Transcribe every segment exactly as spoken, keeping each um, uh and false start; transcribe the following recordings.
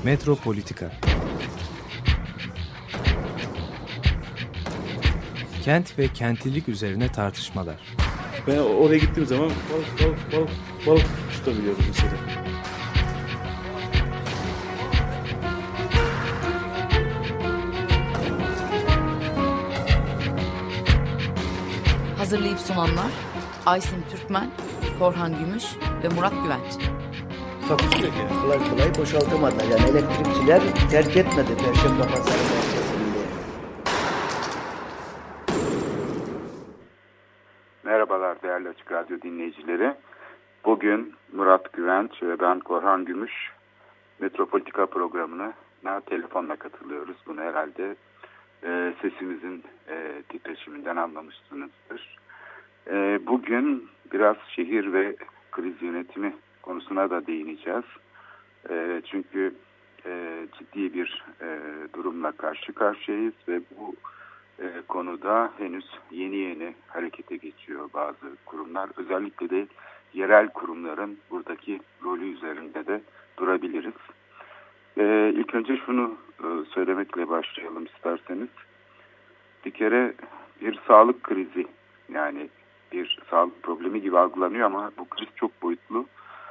Metropolitika. Kent ve kentlilik üzerine tartışmalar. Ben oraya gittiğim zaman balık balık balık balık tutabiliyorum mesela. Hazırlayıp sunanlar Aysin Türkmen, Korhan Gümüş ve Murat Güvenç. Takusuyor ki. Kolay kolay boşaltamadı. Yani elektrikçiler terk etmedi Perşembe Pazarı merkezinde. Merhabalar değerli Açık Radyo dinleyicileri. Bugün Murat Güvenç ve ben Korhan Gümüş Metropolitika programına telefonla katılıyoruz. Bunu herhalde e, sesimizin e, titreşiminden anlamışsınızdır. E, bugün biraz şehir ve kriz yönetimi konusuna da değineceğiz. E, çünkü e, ciddi bir e, durumla karşı karşıyayız ve bu e, konuda henüz yeni yeni harekete geçiyor bazı kurumlar. Özellikle de yerel kurumların buradaki rolü üzerinde de durabiliriz. E, ilk önce şunu e, söylemekle başlayalım isterseniz. Bir kere bir sağlık krizi, yani bir sağlık problemi gibi algılanıyor ama bu kriz çok boyutlu.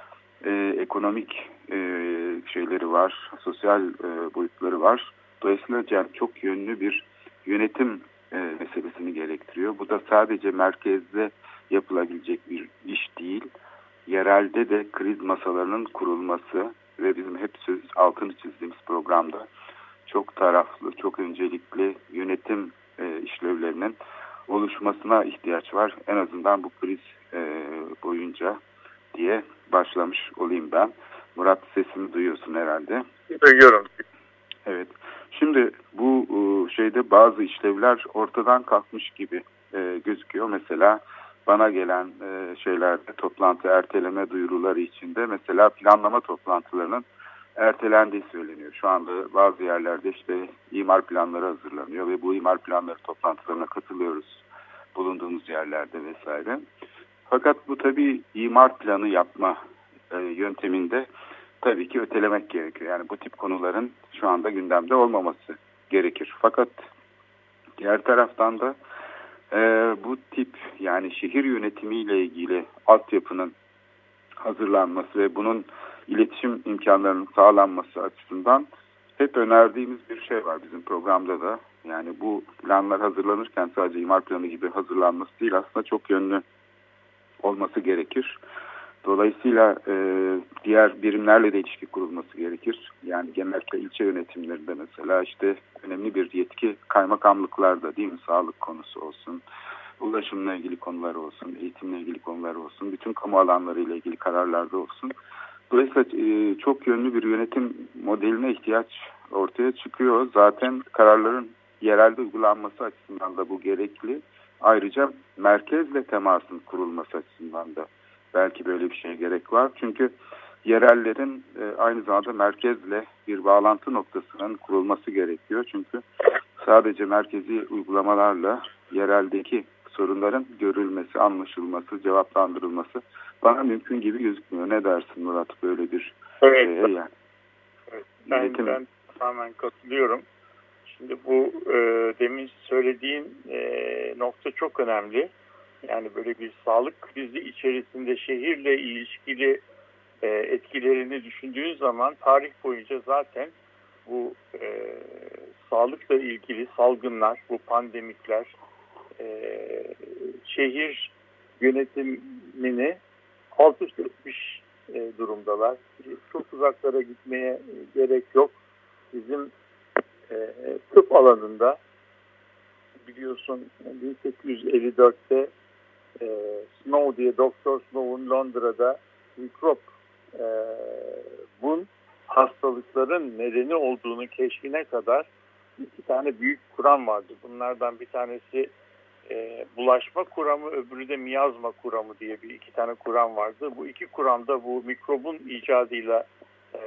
Ee, ekonomik e, şeyleri var, sosyal e, boyutları var. Dolayısıyla yani çok yönlü bir yönetim e, meselesini gerektiriyor. Bu da sadece merkezde yapılabilecek bir iş değil. Yerelde de kriz masalarının kurulması ve bizim hep söz altını çizdiğimiz programda çok taraflı, çok öncelikli yönetim e, işlevlerinin oluşmasına ihtiyaç var. En azından bu kriz e, boyunca diye başlamış olayım ben. Murat, sesimi duyuyorsun herhalde. Duyuyorum. Evet. Şimdi bu şeyde bazı işlevler ortadan kalkmış gibi e, gözüküyor. Mesela bana gelen e, şeylerde toplantı erteleme duyuruları içinde mesela planlama toplantılarının ertelendiği söyleniyor. Şu anda bazı yerlerde işte imar planları hazırlanıyor ve bu imar planları toplantılarına katılıyoruz bulunduğumuz yerlerde vesaire. Fakat bu tabii imar planı yapma e, yönteminde tabii ki ötelemek gerekiyor. Yani bu tip konuların şu anda gündemde olmaması gerekir. Fakat diğer taraftan da e, bu tip yani şehir yönetimiyle ilgili altyapının hazırlanması ve bunun iletişim imkanlarının sağlanması açısından hep önerdiğimiz bir şey var bizim programda da. Yani bu planlar hazırlanırken sadece imar planı gibi hazırlanması değil, aslında çok yönlü olması gerekir. Dolayısıyla e, diğer birimlerle de ilişki kurulması gerekir. Yani genellikle ilçe yönetimlerinde mesela işte önemli bir yetki kaymakamlıklarda, değil mi? Sağlık konusu olsun, ulaşımla ilgili konular olsun, eğitimle ilgili konular olsun, bütün kamu alanlarıyla ilgili kararlarda olsun. Dolayısıyla e, çok yönlü bir yönetim modeline ihtiyaç ortaya çıkıyor. Zaten kararların yerelde uygulanması açısından da bu gerekli. Ayrıca merkezle temasın kurulması açısından da belki böyle bir şeye gerek var. Çünkü yerellerin e, aynı zamanda merkezle bir bağlantı noktasının kurulması gerekiyor. Çünkü sadece merkezi uygulamalarla yereldeki sorunların görülmesi, anlaşılması, cevaplandırılması bana mümkün gibi gözükmüyor. Ne dersin Murat, böyle bir evet, şeye yani? Evet, ben, ben tamamen katılıyorum. Şimdi bu e, demin söylediğin e, nokta çok önemli. Yani böyle bir sağlık krizi içerisinde şehirle ilişkili e, etkilerini düşündüğün zaman tarih boyunca zaten bu e, sağlıkla ilgili salgınlar, bu pandemikler e, şehir yönetimini alt üst etmiş e, durumdalar. Çok uzaklara gitmeye gerek yok. Bizim e, tıp alanında biliyorsun bin sekiz yüz elli dörtte e, Snow diye Doktor Snow'un Londra'da mikrop e, bun hastalıkların nedeni olduğunu keşfine kadar iki tane büyük kuram vardı. Bunlardan bir tanesi e, bulaşma kuramı, öbürü de miyazma kuramı diye bir iki tane kuram vardı. Bu iki kuramda bu mikrobun icadıyla e,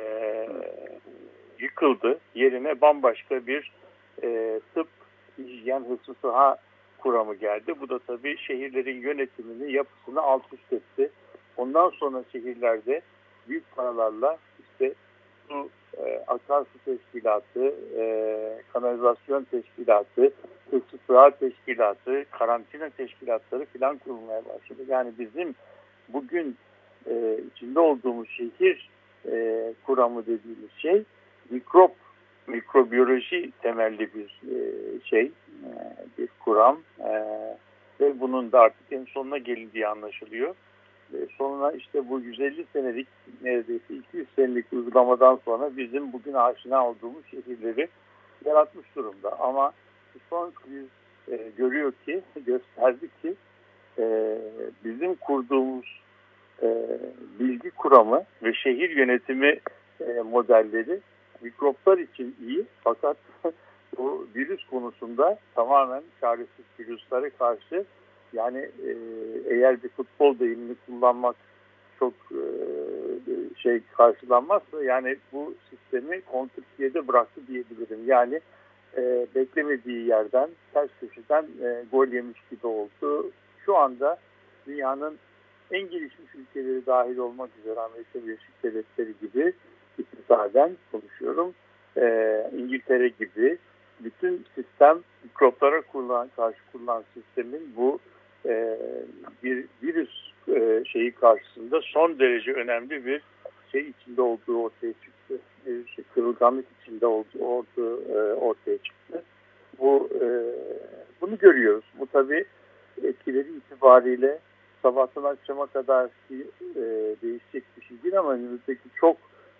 yıkıldı. Yerine bambaşka bir e, tıp, hijyen, hıfzı sıha kuramı geldi. Bu da tabii şehirlerin yönetimini, yapısını alt üst etti. Ondan sonra şehirlerde büyük paralarla işte su e, akarsu teşkilatı, e, kanalizasyon teşkilatı, istisra teşkilatı, karantina teşkilatları falan kurulmaya başladı. Yani bizim bugün e, içinde olduğumuz şehir e, kuramı dediğimiz şey mikrop, mikrobiyoloji temelli bir e, şey, e, bir kuram e, ve bunun da artık en sonuna gelindiği anlaşılıyor. E, sonra işte bu yüz elli senelik, neredeyse iki yüz senelik uygulamadan sonra bizim bugün aşina olduğumuz şehirleri yaratmış durumda. Ama son kriz e, görüyor ki, gösterdi ki e, bizim kurduğumuz e, bilgi kuramı ve şehir yönetimi e, modelleri mikroplar için iyi, fakat bu virüs konusunda tamamen çaresiz, virüslere karşı, yani e, eğer bir futbol deyimini kullanmak çok e, şey karşılanmazsa, yani bu sistemi kontrpiyede bıraktı diyebilirim. Yani e, beklemediği yerden, ters köşeden e, gol yemiş gibi oldu. Şu anda dünyanın en gelişmiş ülkeleri dahil olmak üzere Amerika Birleşik Devletleri gibi, iktisaden konuşuyorum, e, İngiltere gibi bütün sistem, mikroplara kurulan, karşı kurulan sistemin bu e, bir virüs e, şeyi karşısında son derece önemli bir şey içinde olduğu ortaya çıktı. Bir şey, kırılganlık içinde olduğu, olduğu e, ortaya çıktı. Bu e, bunu görüyoruz. Bu tabii etkileri itibariyle sabahtan akşama kadar ki, e, değişecek bir şey değil, ama önümüzdeki çok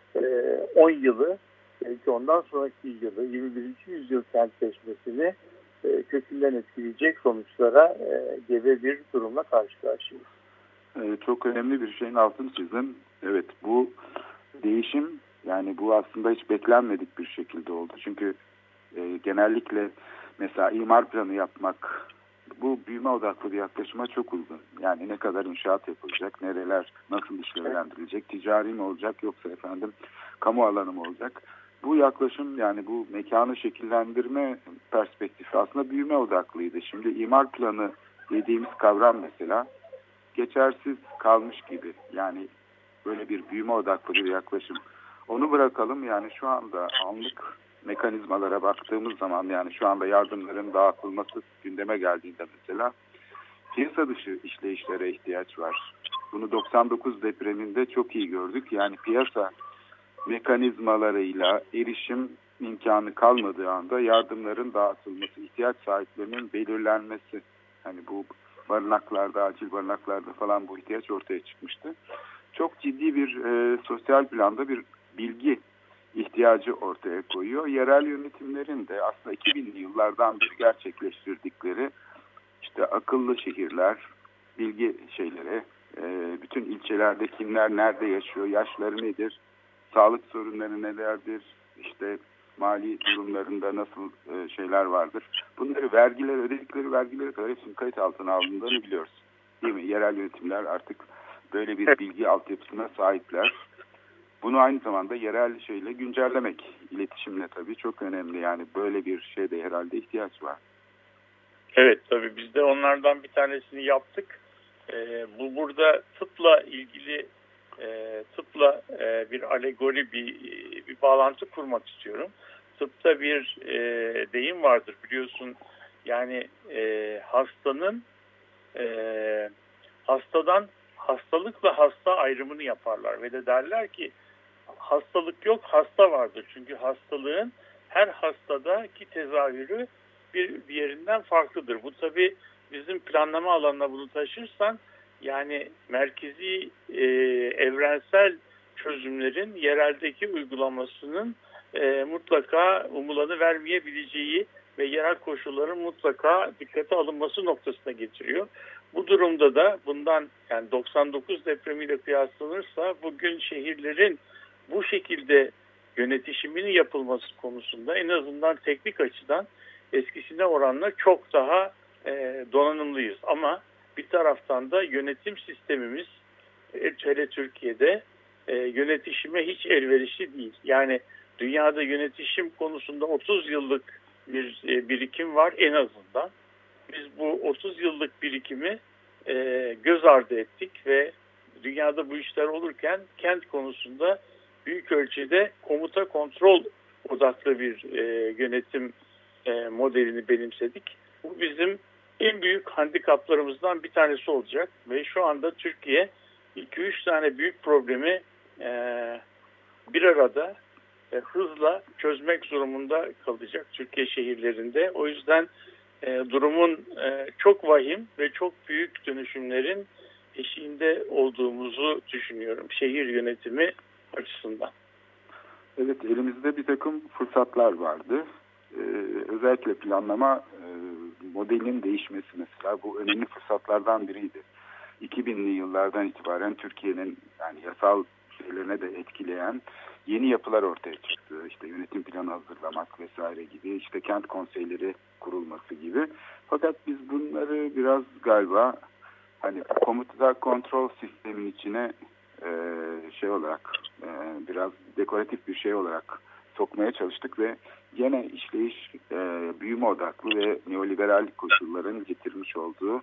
on yılı, belki ondan sonraki yılı, yirmi birinci yüzyıl kentleşmesini e, kökünden etkileyecek sonuçlara e, gebe bir durumla karşı karşıyayız. Ee, çok önemli bir şeyin altını çizdim. Evet, bu değişim, yani bu aslında hiç beklenmedik bir şekilde oldu. Çünkü e, genellikle mesela imar planı yapmak, bu büyüme odaklı bir yaklaşıma çok uygun. Yani ne kadar inşaat yapılacak, nereler nasıl işlevlendirilecek, ticari mi olacak yoksa efendim kamu alanı mı olacak? Bu yaklaşım, yani bu mekanı şekillendirme perspektifi aslında büyüme odaklıydı. Şimdi imar planı dediğimiz kavram mesela geçersiz kalmış gibi. Yani böyle bir büyüme odaklı bir yaklaşım. Onu bırakalım, yani şu anda anlık mekanizmalara baktığımız zaman, yani şu anda yardımların dağıtılması gündeme geldiğinde mesela piyasa dışı işleyişlere ihtiyaç var. Bunu doksan dokuz depreminde çok iyi gördük. Yani piyasa mekanizmalarıyla erişim imkanı kalmadığı anda yardımların dağıtılması, ihtiyaç sahiplerinin belirlenmesi. Hani bu barınaklarda, acil barınaklarda falan bu ihtiyaç ortaya çıkmıştı. Çok ciddi bir e, sosyal planda bir bilgi ihtiyacı ortaya koyuyor. Yerel yönetimlerin de aslında iki binli yıllardan beri gerçekleştirdikleri işte akıllı şehirler, bilgi şeyleri, e, bütün ilçelerde kimler nerede yaşıyor, yaşları nedir, sağlık sorunları nelerdir, işte mali durumlarında nasıl e, şeyler vardır. Bunları vergiler, ödedikleri vergileri kadar hepsinin kayıt altına alındığını biliyoruz. Değil mi? Yerel yönetimler artık böyle bir bilgi altyapısına sahipler. Bunu aynı zamanda yerel şeyle güncellemek, iletişimle tabii çok önemli. Yani böyle bir şeyde herhalde ihtiyaç var. Evet, tabii biz de onlardan bir tanesini yaptık. Ee, bu burada tıpla ilgili e, tıpla e, bir alegori, bir, bir bağlantı kurmak istiyorum. Tıpta bir e, deyim vardır biliyorsun. Yani e, hastanın e, hastadan hastalıkla hasta ayrımını yaparlar ve de derler ki hastalık yok, hasta vardır. Çünkü hastalığın her hastadaki tezahürü bir, bir yerinden farklıdır. Bu tabii bizim planlama alanına bunu taşırsan, yani merkezi e, evrensel çözümlerin yereldeki uygulamasının e, mutlaka umulanı vermeyebileceği ve yerel koşulların mutlaka dikkate alınması noktasına getiriyor. Bu durumda da bundan, yani doksan dokuz depremiyle kıyaslanırsa bugün şehirlerin bu şekilde yönetişiminin yapılması konusunda en azından teknik açıdan eskisine oranla çok daha e, donanımlıyız. Ama bir taraftan da yönetim sistemimiz hele Türkiye'de e, yönetişime hiç elverişli değil. Yani dünyada yönetişim konusunda otuz yıllık bir e, birikim var en azından. Biz bu otuz yıllık birikimi e, göz ardı ettik ve dünyada bu işler olurken kent konusunda büyük ölçüde komuta kontrol odaklı bir e, yönetim e, modelini benimsedik. Bu bizim en büyük handikaplarımızdan bir tanesi olacak ve şu anda Türkiye iki üç tane büyük problemi e, bir arada e, hızla çözmek durumunda kalacak Türkiye şehirlerinde. O yüzden e, durumun e, çok vahim ve çok büyük dönüşümlerin eşiğinde olduğumuzu düşünüyorum şehir yönetimi açısından. Evet, elimizde bir takım fırsatlar vardı. Ee, özellikle planlama e, modelinin değişmesi mesela bu önemli fırsatlardan biriydi. iki binli yıllardan itibaren Türkiye'nin yani yasal şeylerine de etkileyen yeni yapılar ortaya çıktı. İşte yönetim planı hazırlamak vesaire gibi, işte kent konseyleri kurulması gibi. Fakat biz bunları biraz galiba hani komuta kontrol sistemin içine e, şey olarak e, biraz dekoratif bir şey olarak sokmaya çalıştık ve gene işleyiş e, büyüme odaklı ve neoliberal koşulların getirmiş olduğu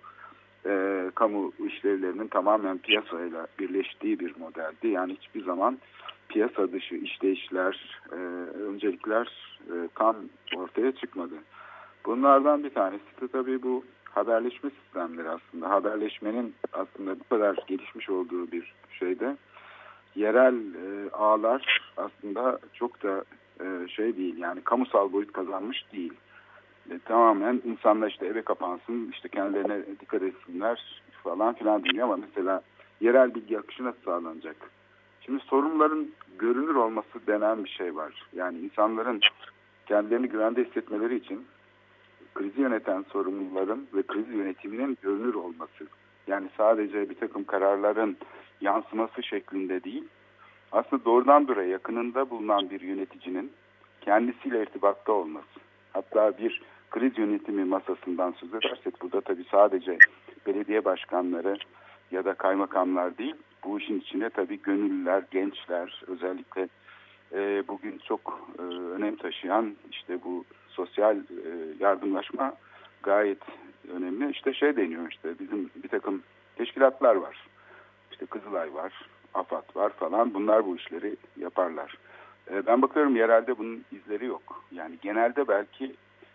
e, kamu işlevlerinin tamamen piyasayla birleştiği bir modeldi. Yani hiçbir zaman piyasa dışı işleyişler, e, öncelikler e, tam ortaya çıkmadı. Bunlardan bir tanesi de tabii bu haberleşme sistemleri aslında. Haberleşmenin aslında bu kadar gelişmiş olduğu bir şeyde yerel e, ağlar aslında çok da e, şey değil, yani kamusal boyut kazanmış değil. E, tamamen insanlar işte eve kapansın, işte kendilerine dikkat etsinler falan filan deniyor ama mesela yerel bilgi akışı nasıl sağlanacak? Şimdi sorunların görünür olması denen bir şey var. Yani insanların kendilerini güvende hissetmeleri için krizi yöneten sorumluların ve kriz yönetiminin görünür olması. Yani sadece bir takım kararların yansıması şeklinde değil, aslında doğrudan doğruya yakınında bulunan bir yöneticinin kendisiyle irtibatta olması. Hatta bir kriz yönetimi masasından söz edersek burada tabii sadece belediye başkanları ya da kaymakamlar değil, bu işin içine tabii gönüllüler, gençler, özellikle e, bugün çok e, önem taşıyan işte bu sosyal e, yardımlaşma gayet önemli. İşte şey deniyor, işte bizim bir takım teşkilatlar var. İşte Kızılay var, AFAD var falan, bunlar bu işleri yaparlar. E, ben bakıyorum yerelde bunun izleri yok. Yani genelde belki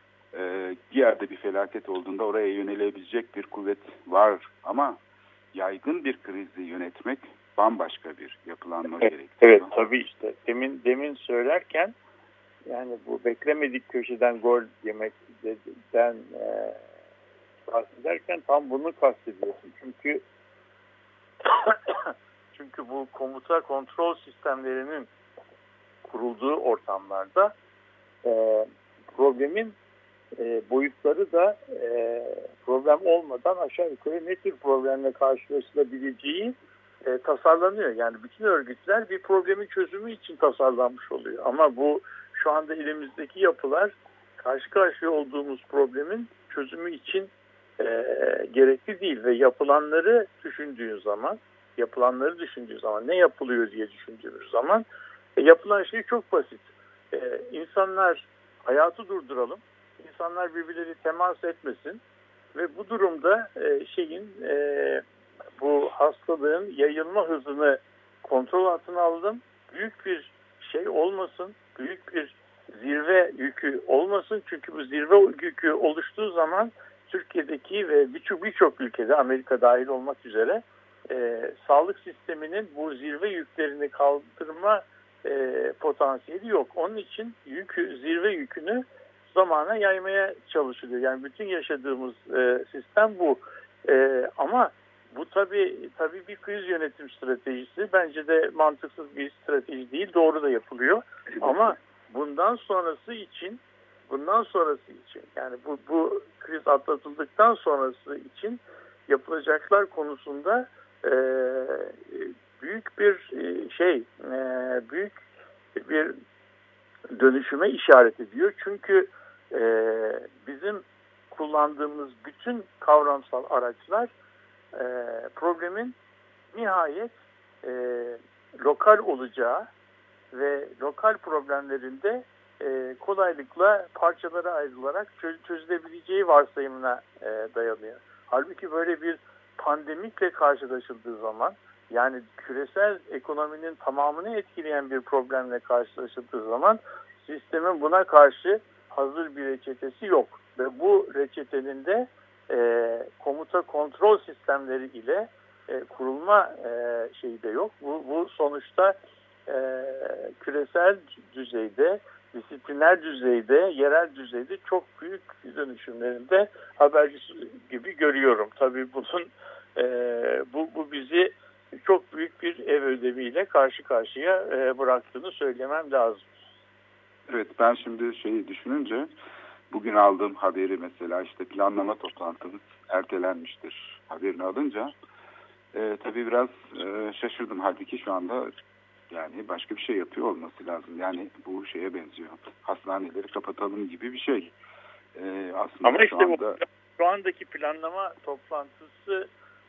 e, bir yerde bir felaket olduğunda oraya yönelebilecek bir kuvvet var ama yaygın bir krizi yönetmek bambaşka bir yapılanma evet, gerektiriyor. Evet, tabii işte demin demin söylerken yani bu beklemedik köşeden gol yemekten e, bahsederken tam bunu kastediyorsun. Çünkü çünkü bu komuta kontrol sistemlerinin kurulduğu ortamlarda e, problemin e, boyutları da e, problem olmadan aşağı yukarı ne tür problemle karşılaşılabileceği e, tasarlanıyor. Yani bütün örgütler bir problemin çözümü için tasarlanmış oluyor. Ama bu şu anda elimizdeki yapılar karşı karşıya olduğumuz problemin çözümü için e, gerekli değil ve yapılanları düşündüğün zaman yapılanları düşündüğü zaman ne yapılıyor diye düşündüğümüz zaman e, yapılan şey çok basit. E, insanlar hayatı durduralım. İnsanlar birbirleri temas etmesin ve bu durumda e, şeyin e, bu hastalığın yayılma hızını kontrol altına alalım. Büyük bir şey olmasın. Büyük bir zirve yükü olmasın. Çünkü bu zirve yükü oluştuğu zaman Türkiye'deki ve birçok birçok ülkede, Amerika dahil olmak üzere e, sağlık sisteminin bu zirve yüklerini kaldırma e, potansiyeli yok. Onun için yükü, zirve yükünü zamana yaymaya çalışılıyor. Yani bütün yaşadığımız e, sistem bu. E, ama bu tabii tabii bir kriz yönetim stratejisi. Bence de mantıksız bir strateji değil. Doğru da yapılıyor. Ama bundan sonrası için bundan sonrası için yani bu bu kriz atlatıldıktan sonrası için yapılacaklar konusunda e, büyük bir şey e, büyük bir dönüşüme işaret ediyor. Çünkü e, bizim kullandığımız bütün kavramsal araçlar e, problemin nihayet e, lokal olacağı ve lokal problemlerinde e, kolaylıkla parçalara ayrılarak çöz, çözülebileceği varsayımına e, dayanıyor. Halbuki böyle bir pandemikle karşılaşıldığı zaman Yani küresel ekonominin tamamını etkileyen bir problemle karşılaşıldığı zaman sistemin buna karşı hazır bir reçetesi yok. Ve bu reçetenin de e, komuta kontrol sistemleri ile e, kurulma e, şeyi de yok. Bu, bu sonuçta e, küresel düzeyde, disipliner düzeyde, yerel düzeyde çok büyük dönüşümlerinde habercisi gibi görüyorum. Tabii bunun e, bu, bu bizi çok büyük bir ev ödeviyle karşı karşıya e, bıraktığını söylemem lazım. Evet, ben şimdi şeyi düşününce bugün aldığım haberi mesela işte planlama toplantımız ertelenmiştir haberini alınca e, tabii biraz e, şaşırdım. Halbuki şu anda yani başka bir şey yapıyor olması lazım. Yani bu şeye benziyor. Hastaneleri kapatalım gibi bir şey. E, aslında ama işte şu anda... bu, şu andaki planlama toplantısının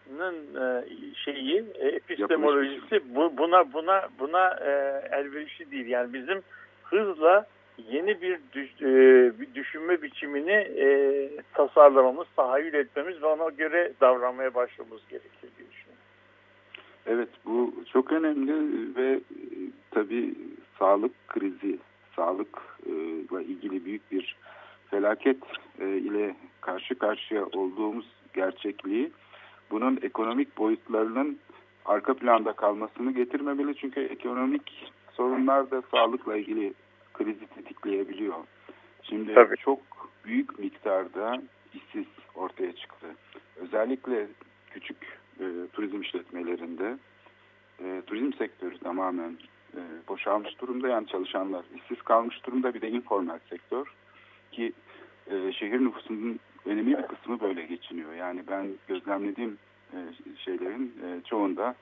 e, şeyi epistemolojisi bu, buna buna buna e, elverişli değil. Yani bizim hızla yeni bir, düş, e, bir düşünme biçimini e, tasarlamamız, tahayyül etmemiz ve ona göre davranmaya başlamamız gerekir diye düşünüyorum. Evet, bu çok önemli ve e, tabii sağlık krizi, sağlıkla e, ilgili büyük bir felaket e, ile karşı karşıya olduğumuz gerçekliği bunun ekonomik boyutlarının arka planda kalmasını getirmemeli. Çünkü ekonomik sorunlar da sağlıkla ilgili krizi tetikleyebiliyor. Şimdi Tabii. çok büyük miktarda işsiz ortaya çıktı. Özellikle küçük e, turizm işletmelerinde e, turizm sektörü tamamen e, boşalmış durumda. Yani çalışanlar işsiz kalmış durumda. Bir de informal sektör ki e, şehir nüfusunun önemli bir kısmı böyle geçiniyor. Yani ben gözlemlediğim e, şeylerin e, çoğunda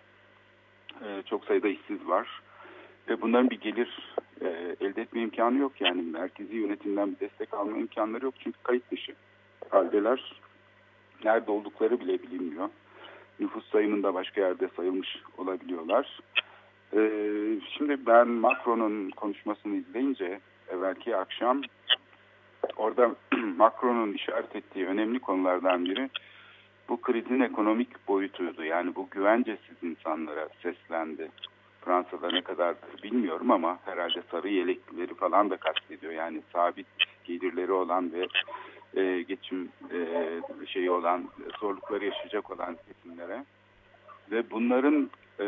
e, çok sayıda işsiz var. Ve bunların bir gelir e, elde etme imkanı yok. Yani merkezi yönetimden bir destek alma imkanları yok. Çünkü kayıt dışı haldeler. Nerede oldukları bile bilinmiyor. Nüfus sayımında başka yerde sayılmış olabiliyorlar. E, şimdi ben Macron'un konuşmasını izleyince evvelki akşam orada Macron'un işaret ettiği önemli konulardan biri bu krizin ekonomik boyutuydu. Yani bu güvencesiz insanlara seslendi. Fransa'da ne kadardır bilmiyorum ama herhalde sarı yeleklileri falan da kastediyor. Yani sabit gelirleri olan ve e, geçim e, şeyi olan, zorlukları yaşayacak olan kesimlere ve bunların e,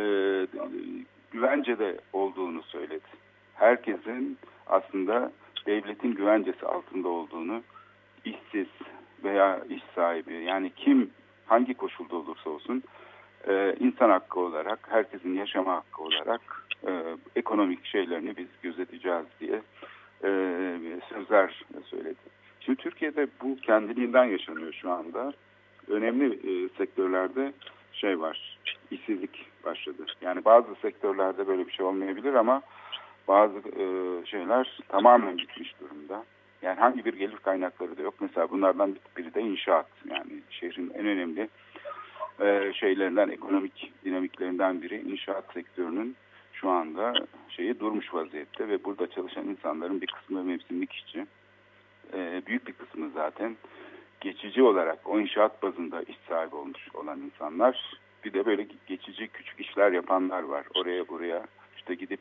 güvencede olduğunu söyledi. Herkesin aslında devletin güvencesi altında olduğunu, işsiz veya iş sahibi, yani kim hangi koşulda olursa olsun Ee, insan hakkı olarak, herkesin yaşama hakkı olarak e, ekonomik şeylerini biz gözeteceğiz diye e, sözler söyledi. Şimdi Türkiye'de bu kendiliğinden yaşanıyor şu anda. Önemli e, sektörlerde şey var, işsizlik başladı. Yani bazı sektörlerde böyle bir şey olmayabilir ama bazı e, şeyler tamamen bitmiş durumda. Yani hangi bir gelir kaynakları da yok. Mesela bunlardan biri de inşaat. Yani şehrin en önemli Ee, şeylerinden, ekonomik dinamiklerinden biri inşaat sektörünün şu anda şeyi durmuş vaziyette ve burada çalışan insanların bir kısmı mevsimlik işçi, ee, büyük bir kısmı zaten geçici olarak o inşaat bazında iş sahibi olmuş olan insanlar. Bir de böyle geçici küçük işler yapanlar var. Oraya buraya işte gidip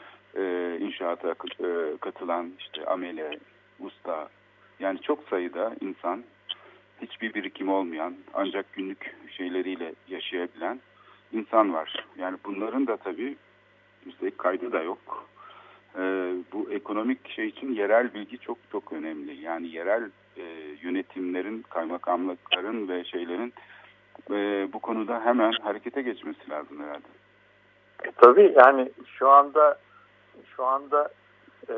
e, inşaata e, katılan işte amele, usta, yani çok sayıda insan, hiçbir birikim olmayan ancak günlük şeyleriyle yaşayabilen insan var. Yani bunların da tabii üstelik kaydı da yok. Ee, bu ekonomik şey için yerel bilgi çok çok önemli. Yani yerel e, yönetimlerin, kaymakamlıkların ve şeylerin e, bu konuda hemen harekete geçmesi lazım herhalde. E, tabii yani şu anda şu anda e,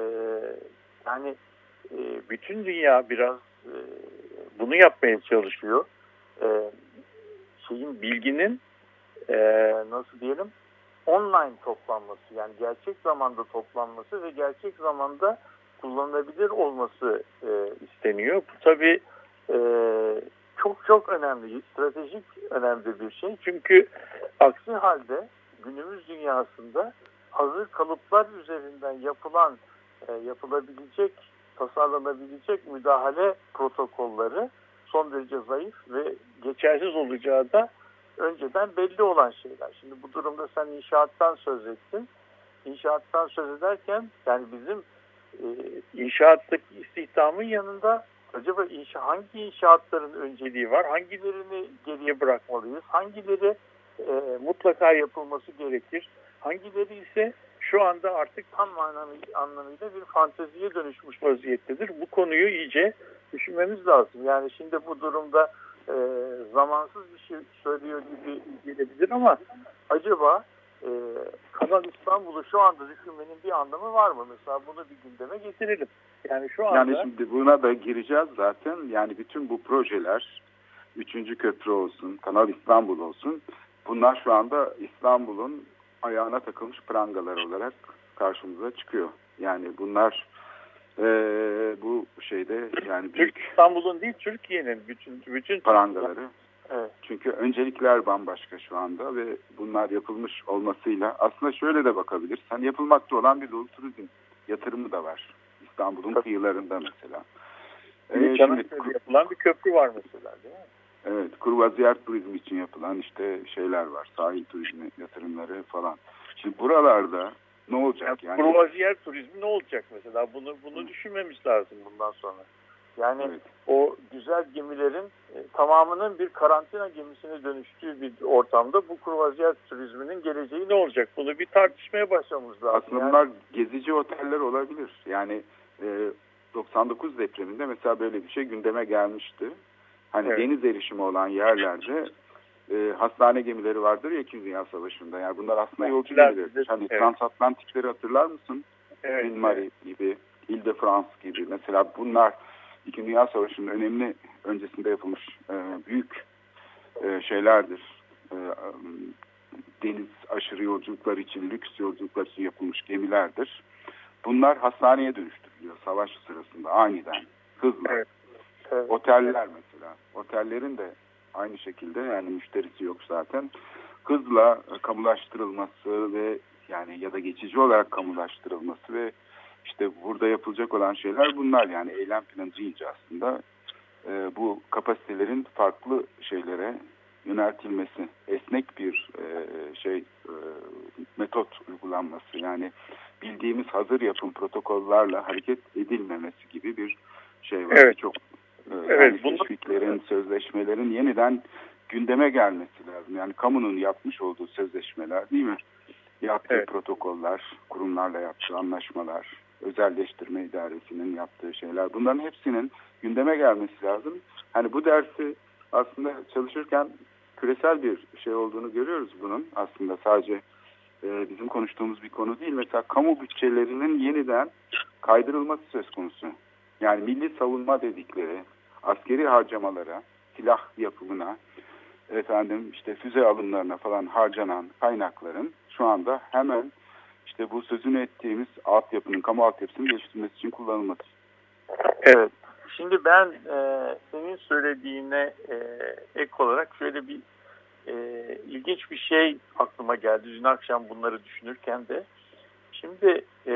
yani e, bütün dünya biraz e, bunu yapmaya çalışıyor. Ee, şeyin bilginin e, nasıl diyelim online toplanması, yani gerçek zamanda toplanması ve gerçek zamanda kullanılabilir olması e, isteniyor. Bu tabii e, çok çok önemli, stratejik önemli bir şey. Çünkü aksi halde günümüz dünyasında hazır kalıplar üzerinden yapılan e, yapılabilecek tasarlanabilecek müdahale protokolleri son derece zayıf ve geçersiz olacağı da önceden belli olan şeyler. Şimdi bu durumda sen inşaattan söz ettin. İnşaattan söz ederken yani bizim e, inşaattaki istihdamın yanında acaba inşa, hangi inşaatların önceliği var? Hangilerini geriye bırakmalıyız? Hangileri e, mutlaka yapılması gerekir? Hangileri ise şu anda artık tam anlamıyla bir fanteziye dönüşmüş vaziyettedir. Bu konuyu iyice düşünmemiz lazım. Yani şimdi bu durumda e, zamansız bir şey söylüyor gibi gelebilir ama acaba e, Kanal İstanbul'u şu anda düşünmenin bir anlamı var mı? Mesela bunu bir gündeme getirelim. Yani şu anda... Yani şimdi buna da gireceğiz zaten. Yani bütün bu projeler, Üçüncü Köprü olsun, Kanal İstanbul olsun, bunlar şu anda İstanbul'un ayağına takılmış prangalar olarak karşımıza çıkıyor. Yani bunlar e, bu şeyde yani büyük İstanbul'un değil Türkiye'nin bütün bütün prangaları. Evet. Çünkü öncelikler bambaşka şu anda ve bunlar yapılmış olmasıyla aslında şöyle de bakabiliriz. Hani yapılmakta olan bir dolu turizm yatırımı da var. İstanbul'un kıyılarında mesela. Ee, şimdi yapılan bir köprü var mesela değil mi? Evet, kruvazyer turizmi için yapılan işte şeyler var. Sahil turizmi yatırımları falan. Şimdi buralarda ne olacak yani? yani kruvazyer turizmi ne olacak mesela? Bunu bunu düşünmemiz lazım bundan sonra. Yani evet. O güzel gemilerin e, tamamının bir karantina gemisine dönüştüğü bir ortamda bu kruvazyer turizminin geleceği ne olacak? Bunu bir tartışmaya başlamamız lazım. Aslında yani. bunlar gezici oteller olabilir. Yani e, doksan dokuz depreminde mesela böyle bir şey gündeme gelmişti. Hani evet. Deniz erişimi olan yerlerde e, hastane gemileri vardır ya İkinci Dünya Savaşı'nda. Yani bunlar aslında yolcu gemileri. Hani evet. Transatlantikleri hatırlar mısın? Evet. Saint-Marie evet. gibi, Ile-de-France gibi. Mesela bunlar İkinci Dünya Savaşı'nın önemli öncesinde yapılmış e, büyük e, şeylerdir. E, deniz aşırı yolculuklar için, lüks yolculuklar için yapılmış gemilerdir. Bunlar hastaneye dönüştürülüyor savaş sırasında aniden, hızla. Evet. Evet. Oteller mesela. Otellerin de aynı şekilde yani müşterisi yok zaten. Hızla kamulaştırılması ve yani ya da geçici olarak kamulaştırılması ve işte burada yapılacak olan şeyler bunlar. Yani eylem planı deyince aslında e, bu kapasitelerin farklı şeylere yöneltilmesi, esnek bir e, şey e, metot uygulanması. Yani bildiğimiz hazır yapım protokollerle hareket edilmemesi gibi bir şey var. Evet. Çok Evet, yani teşviklerin, sözleşmelerin yeniden gündeme gelmesi lazım. Yani kamunun yapmış olduğu sözleşmeler değil mi? Yaptığı evet. protokoller, kurumlarla yaptığı anlaşmalar, özelleştirme idaresinin yaptığı şeyler. Bunların hepsinin gündeme gelmesi lazım. Hani bu dersi aslında çalışırken küresel bir şey olduğunu görüyoruz bunun. Aslında sadece e, bizim konuştuğumuz bir konu değil. Mesela kamu bütçelerinin yeniden kaydırılması söz konusu. Yani milli savunma dedikleri askeri harcamalara, silah yapımına, efendim işte füze alımlarına falan harcanan kaynakların şu anda hemen işte bu sözünü ettiğimiz altyapının, kamu altyapısının geliştirilmesi için kullanılması. Evet. Şimdi ben e, senin söylediğine e, ek olarak şöyle bir e, ilginç bir şey aklıma geldi dün akşam bunları düşünürken de. Şimdi e,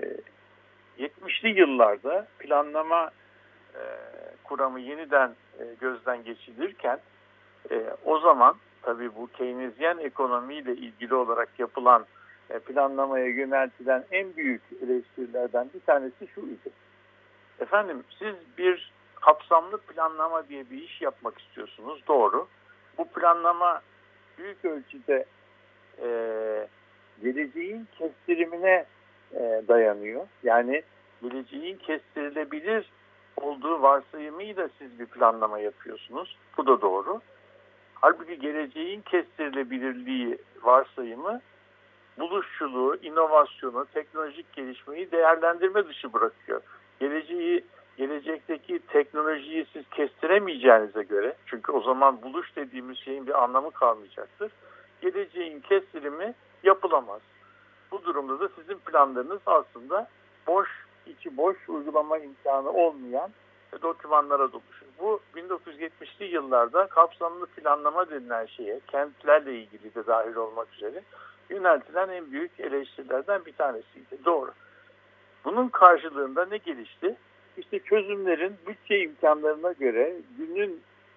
yetmişli yıllarda planlama e, kuramı yeniden e, gözden geçirilirken e, o zaman tabii bu Keynesyen ekonomiyle ilgili olarak yapılan e, planlamaya yöneltilen en büyük eleştirilerden bir tanesi şu idi. Efendim siz bir kapsamlı planlama diye bir iş yapmak istiyorsunuz. Doğru. Bu planlama büyük ölçüde e, geleceğin kestirimine e, dayanıyor. Yani geleceğin kestirilebilir olduğu varsayımıyla siz bir planlama yapıyorsunuz. Bu da doğru. Halbuki geleceğin kestirilebilirliği varsayımı buluşçuluğu, inovasyonu, teknolojik gelişmeyi değerlendirme dışı bırakıyor. Geleceği, gelecekteki teknolojiyi siz kestiremeyeceğinize göre, çünkü o zaman buluş dediğimiz şeyin bir anlamı kalmayacaktır. Geleceğin kestirimi yapılamaz. Bu durumda da sizin planlarınız aslında boş, içi boş, uygulama imkanı olmayan dokümanlara doluşur. Bu bin dokuz yüz yetmişli yıllarda kapsamlı planlama denilen şeye, kentlerle ilgili de dahil olmak üzere yöneltilen en büyük eleştirilerden bir tanesiydi. Doğru. Bunun karşılığında ne gelişti? İşte çözümlerin bütçe imkanlarına göre günün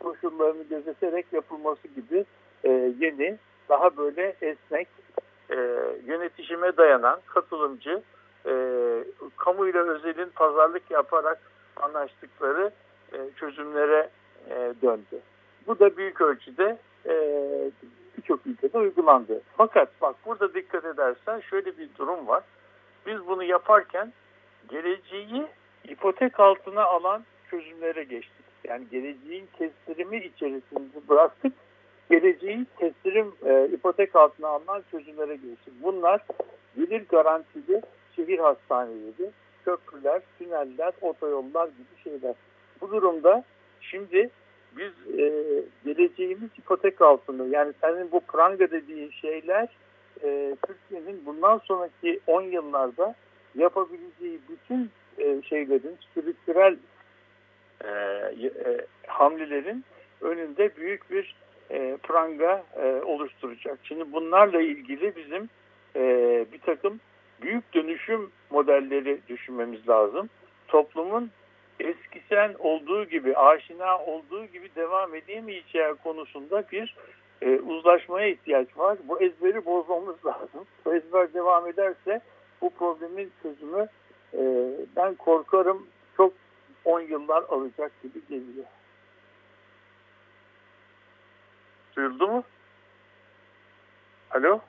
koşullarını gözeterek yapılması gibi e, yeni, daha böyle esnek, e, yönetişime dayanan, katılımcı, e, kamuyla özelin pazarlık yaparak anlaştıkları e, çözümlere e, döndü. Bu da büyük ölçüde e, birçok ülkede uygulandı. Fakat bak burada dikkat edersen şöyle bir durum var. Biz bunu yaparken geleceği ipotek altına alan çözümlere geçtik. Yani geleceğin kestirimi içerisinde bıraktık. Geleceği kestirim e, ipotek altına alınan çözümlere geçtik. Bunlar gelir garantili şehir hastaneleri, köprüler, tüneller, otoyollar gibi şeyler. Bu durumda şimdi biz e, geleceğimiz ipotek altında, yani senin bu pranga dediğin şeyler e, Türkiye'nin bundan sonraki on yıllarda yapabileceği bütün e, şeylerin, strüktürel e, e, hamlelerin önünde büyük bir e, pranga e, oluşturacak. Şimdi bunlarla ilgili bizim e, bir takım büyük dönüşüm modelleri düşünmemiz lazım. Toplumun eskisen olduğu gibi, aşina olduğu gibi devam edemeyeceği konusunda bir e, uzlaşmaya ihtiyaç var. Bu ezberi bozmamız lazım. Bu ezber devam ederse bu problemin çözümü e, ben korkarım çok on yıllar alacak gibi geliyor. Duyuldu mu? Alo?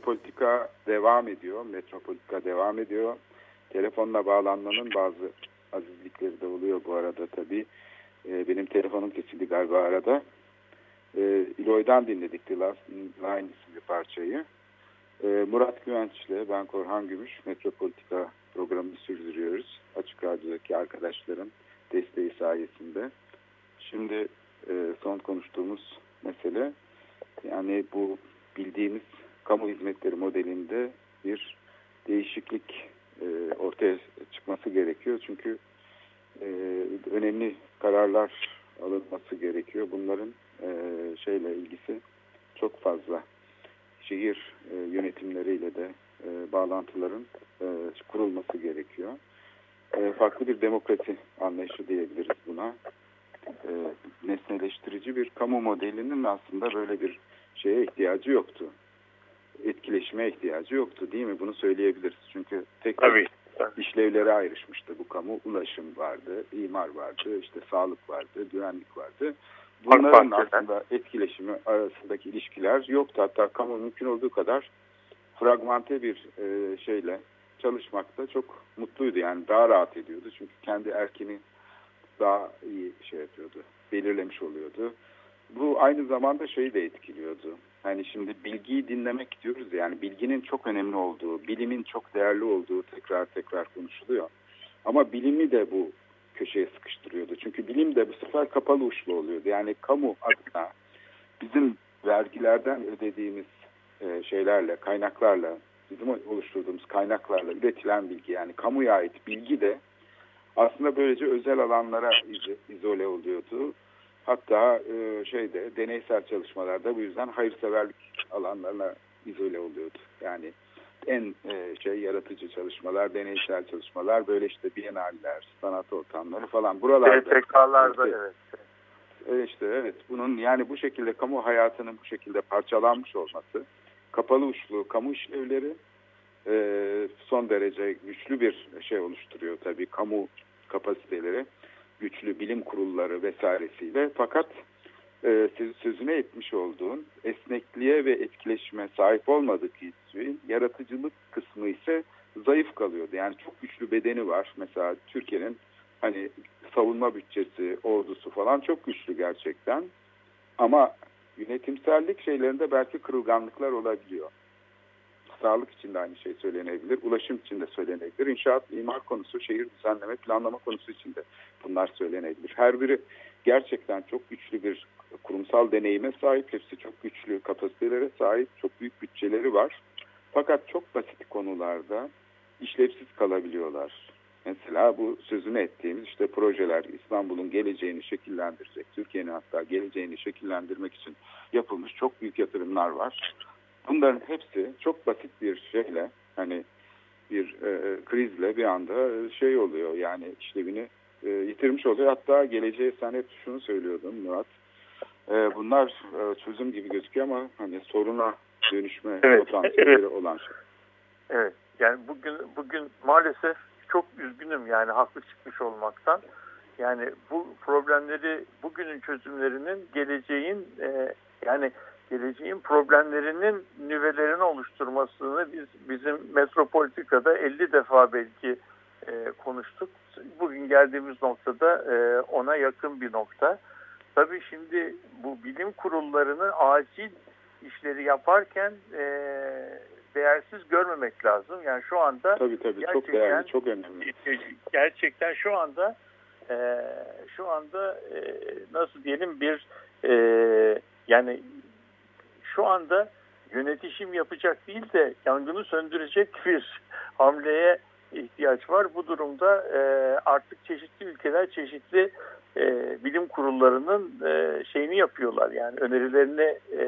Metropolitika devam ediyor. Metropolitika devam ediyor. Telefonla bağlanmanın bazı azizlikleri de oluyor bu arada tabii. E, benim telefonum kesildi galiba arada. E, İloy'dan dinledik The Last Line isimli parçayı. E, Murat Güvenç ile ben Korhan Gümüş Metropolitika programını sürdürüyoruz. Açık Radyo'daki arkadaşların desteği sayesinde. Şimdi e, son konuştuğumuz mesele, yani bu bildiğimiz kamu hizmetleri modelinde bir değişiklik e, ortaya çıkması gerekiyor. Çünkü e, önemli kararlar alınması gerekiyor. Bunların e, şeyle ilgisi çok fazla. Şehir e, yönetimleriyle de e, bağlantıların e, kurulması gerekiyor. E, farklı bir demokrasi anlayışı diyebiliriz buna. E, nesneleştirici bir kamu modelinin aslında böyle bir şeye ihtiyacı yoktu. Etkileşime ihtiyacı yoktu değil mi? Bunu söyleyebiliriz. Çünkü tek Tabii. işlevlere ayrışmıştı bu kamu. Ulaşım vardı, imar vardı, işte sağlık vardı, güvenlik vardı. Bunların aslında etkileşimi arasındaki ilişkiler yoktu. Hatta kamu mümkün olduğu kadar fragmente bir e, şeyle çalışmakta çok mutluydu. Yani daha rahat ediyordu. Çünkü kendi erkini daha iyi şey yapıyordu, belirlemiş oluyordu. Bu aynı zamanda şeyi de etkiliyordu. Yani şimdi bilgiyi dinlemek diyoruz ya, yani bilginin çok önemli olduğu, bilimin çok değerli olduğu tekrar tekrar konuşuluyor. Ama bilimi de bu köşeye sıkıştırıyordu. Çünkü bilim de bu sefer kapalı uçlu oluyordu. Yani kamu adına bizim vergilerden ödediğimiz e, şeylerle, kaynaklarla, bizim oluşturduğumuz kaynaklarla üretilen bilgi, yani kamuya ait bilgi de aslında böylece özel alanlara iz- izole oluyordu. Hatta e, şeyde deneysel çalışmalarda bu yüzden hayırseverlik alanlarına izole oluyordu. Yani en e, şey yaratıcı çalışmalar, deneysel çalışmalar, böyle işte biyenaller, sanat ortamları falan buralarda. T S K'larda evet. Evet. İşte evet, bunun yani bu şekilde kamu hayatının bu şekilde parçalanmış olması, kapalı uçlu kamu işlevleri e, son derece güçlü bir şey oluşturuyor tabii, kamu kapasiteleri, güçlü bilim kurulları vesairesiyle. Fakat e, sözüne etmiş olduğun esnekliğe ve etkileşime sahip olmadığı için yaratıcılık kısmı ise zayıf kalıyordu. Yani çok güçlü bedeni var. Mesela Türkiye'nin hani savunma bütçesi, ordusu falan çok güçlü gerçekten. Ama yönetimsellik şeylerinde belki kırılganlıklar olabiliyor. Sağlık için de aynı şey söylenebilir, ulaşım için de söylenebilir, inşaat, imar konusu, şehir düzenleme, planlama konusu için de bunlar söylenebilir. Her biri gerçekten çok güçlü bir kurumsal deneyime sahip, hepsi çok güçlü kapasitelere sahip, çok büyük bütçeleri var. Fakat çok basit konularda işlevsiz kalabiliyorlar. Mesela bu sözünü ettiğimiz işte projeler, İstanbul'un geleceğini şekillendirecek, Türkiye'nin hatta geleceğini şekillendirmek için yapılmış çok büyük yatırımlar var. Bunların hepsi çok basit bir şeyle, hani bir e, krizle bir anda şey oluyor, yani işlevini e, yitirmiş oluyor. Hatta geleceğe sen hep şunu söylüyordun Murat, e, bunlar e, çözüm gibi gözüküyor ama hani soruna dönüşme evet, potansiyelleri evet. olan şey. Evet, yani bugün bugün maalesef çok üzgünüm yani haklı çıkmış olmaktan. Yani bu problemleri, bugünün çözümlerinin geleceğin e, yani geleceğin problemlerinin nüvelerini oluşturmasını biz bizim Metropolitika'da elli defa belki e, konuştuk. Bugün geldiğimiz noktada e, ona yakın bir nokta. Tabii şimdi bu bilim kurullarını acil işleri yaparken e, değersiz görmemek lazım. Yani şu anda tabii tabii çok değerli, çok önemli. Gerçekten şu anda e, şu anda e, nasıl diyelim bir e, yani şu anda yönetişim yapacak değil de yangını söndürecek bir hamleye ihtiyaç var. Bu durumda e, artık çeşitli ülkeler çeşitli e, bilim kurullarının e, şeyini yapıyorlar. Yani önerilerini e,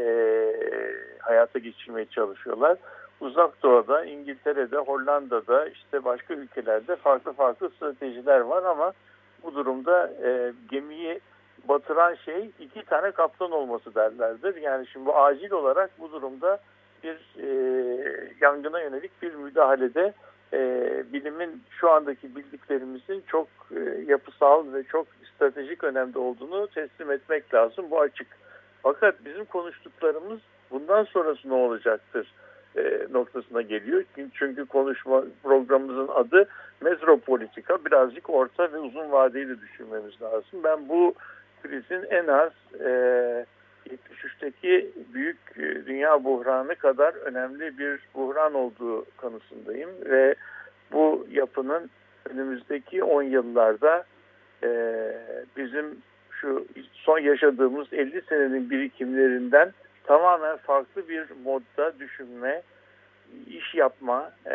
hayata geçirmeye çalışıyorlar. Uzak Doğu'da, İngiltere'de, Hollanda'da, işte başka ülkelerde farklı farklı stratejiler var ama bu durumda e, gemiyi batıran şey iki tane kaptan olması derlerdir. Yani şimdi bu acil olarak bu durumda bir e, yangına yönelik bir müdahalede e, bilimin şu andaki bildiklerimizin çok e, yapısal ve çok stratejik önemde olduğunu teslim etmek lazım. Bu açık. Fakat bizim konuştuklarımız bundan sonrası ne olacaktır? e, noktasına geliyor. Çünkü konuşma programımızın adı Metropolitika. Birazcık orta ve uzun vadeli de düşünmemiz lazım. Ben bu krizin en az e, yetmiş üçteki büyük e, dünya buhranı kadar önemli bir buhran olduğu kanısındayım ve bu yapının önümüzdeki on yıllarda e, bizim şu son yaşadığımız elli senenin birikimlerinden tamamen farklı bir modda düşünme, iş yapma e,